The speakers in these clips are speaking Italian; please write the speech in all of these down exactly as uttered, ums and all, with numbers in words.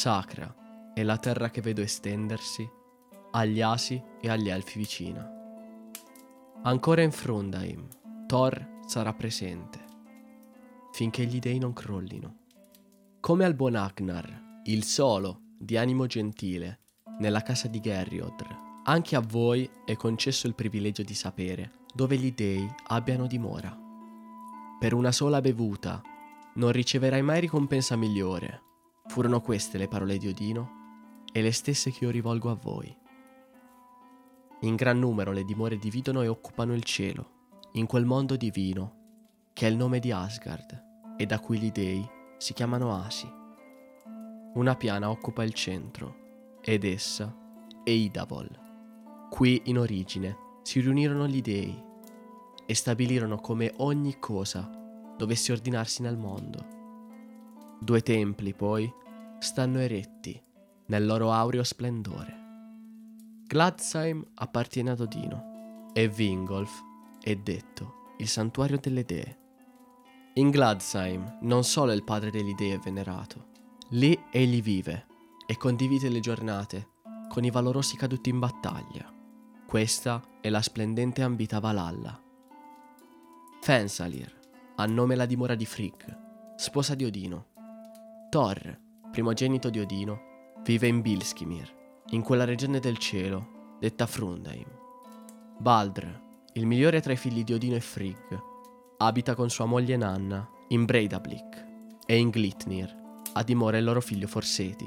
sacra è la terra che vedo estendersi agli asi e agli elfi vicina. Ancora in Frundaim, Thor sarà presente, finché gli dei non crollino. Come al buon Agnar, il solo, di animo gentile, nella casa di Gerriodr, anche a voi è concesso il privilegio di sapere dove gli dei abbiano dimora. Per una sola bevuta non riceverai mai ricompensa migliore. Furono queste le parole di Odino e le stesse che io rivolgo a voi. In gran numero le dimore dividono e occupano il cielo, in quel mondo divino che è il nome di Asgard e da cui gli dei si chiamano Asi. Una piana occupa il centro ed essa è Idavol. Qui in origine si riunirono gli dei e stabilirono come ogni cosa dovesse ordinarsi nel mondo. Due templi poi stanno eretti nel loro aureo splendore. Gladsheim appartiene ad Odino e Vingolf è detto il santuario delle dee. In Gladsheim non solo il padre degli dei è venerato, lì egli vive e condivide le giornate con i valorosi caduti in battaglia. Questa è la splendente e ambita Valhalla. Fensalir ha nome la dimora di Frigg, sposa di Odino. Thor, primogenito di Odino, vive in Bilskimir, in quella regione del cielo detta Frundaim. Baldr, il migliore tra i figli di Odino e Frigg, abita con sua moglie Nanna in Breidablik e in Glitnir ha dimora il loro figlio Forseti.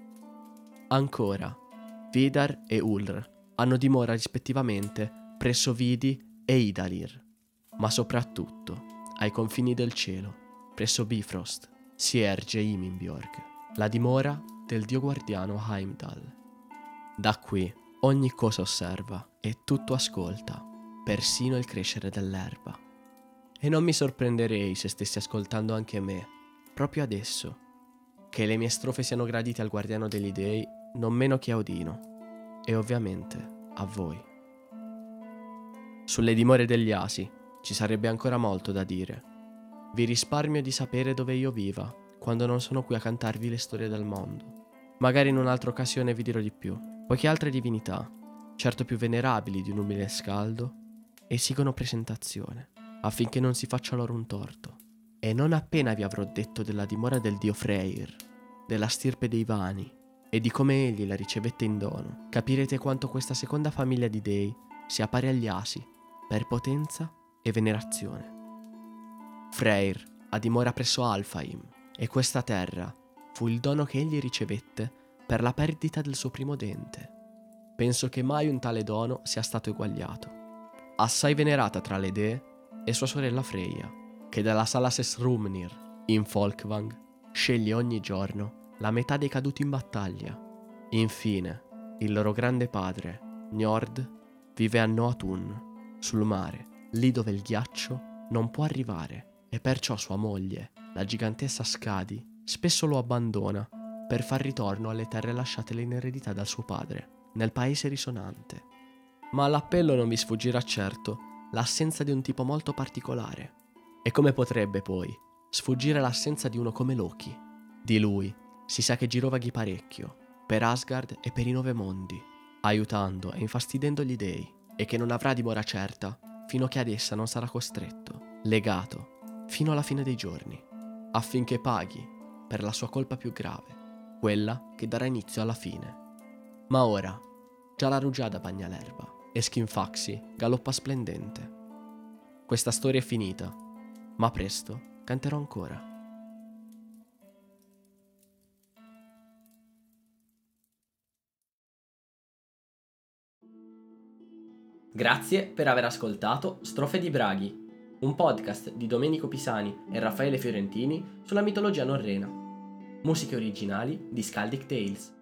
Ancora, Vidar e Ulr hanno dimora rispettivamente presso Vidi e Idalir, ma soprattutto ai confini del cielo, presso Bifrost, si erge Himinbjorg, la dimora del dio guardiano Heimdall. Da qui ogni cosa osserva e tutto ascolta, persino il crescere dell'erba. E non mi sorprenderei se stessi ascoltando anche me, proprio adesso, che le mie strofe siano gradite al guardiano degli dei non meno che a Odino, e ovviamente a voi. Sulle dimore degli asi ci sarebbe ancora molto da dire. Vi risparmio di sapere dove io viva, quando non sono qui a cantarvi le storie del mondo. Magari in un'altra occasione vi dirò di più, poiché altre divinità, certo più venerabili di un umile scaldo, esigono presentazione, affinché non si faccia loro un torto. E non appena vi avrò detto della dimora del dio Freyr, della stirpe dei Vani, e di come egli la ricevette in dono, capirete quanto questa seconda famiglia di dei sia pari agli asi, per potenza e venerazione. Freyr ha dimora presso Alfheim, e questa terra fu il dono che egli ricevette per la perdita del suo primo dente. Penso che mai un tale dono sia stato eguagliato. Assai venerata tra le dee è sua sorella Freya, che dalla sala Sesrumnir, in Folkvang, sceglie ogni giorno la metà dei caduti in battaglia. Infine, il loro grande padre, Njord, vive a Noatun, sul mare, lì dove il ghiaccio non può arrivare, e perciò sua moglie, la gigantessa Skadi, spesso lo abbandona per far ritorno alle terre lasciatele in eredità dal suo padre, nel paese risonante. Ma all'appello non vi sfuggirà certo l'assenza di un tipo molto particolare. E come potrebbe, poi, sfuggire l'assenza di uno come Loki? Di lui si sa che girovaghi parecchio, per Asgard e per i nove mondi, aiutando e infastidendo gli dei, e che non avrà dimora certa fino a che ad essa non sarà costretto, legato, fino alla fine dei giorni, affinché paghi per la sua colpa più grave, quella che darà inizio alla fine. Ma ora, già la rugiada bagna l'erba, e Skinfaxi galoppa splendente. Questa storia è finita, ma presto canterò ancora. Grazie per aver ascoltato Strofe di Braghi, un podcast di Domenico Pisani e Raffaele Fiorentini sulla mitologia norrena. Musiche originali di Skaldic Tales.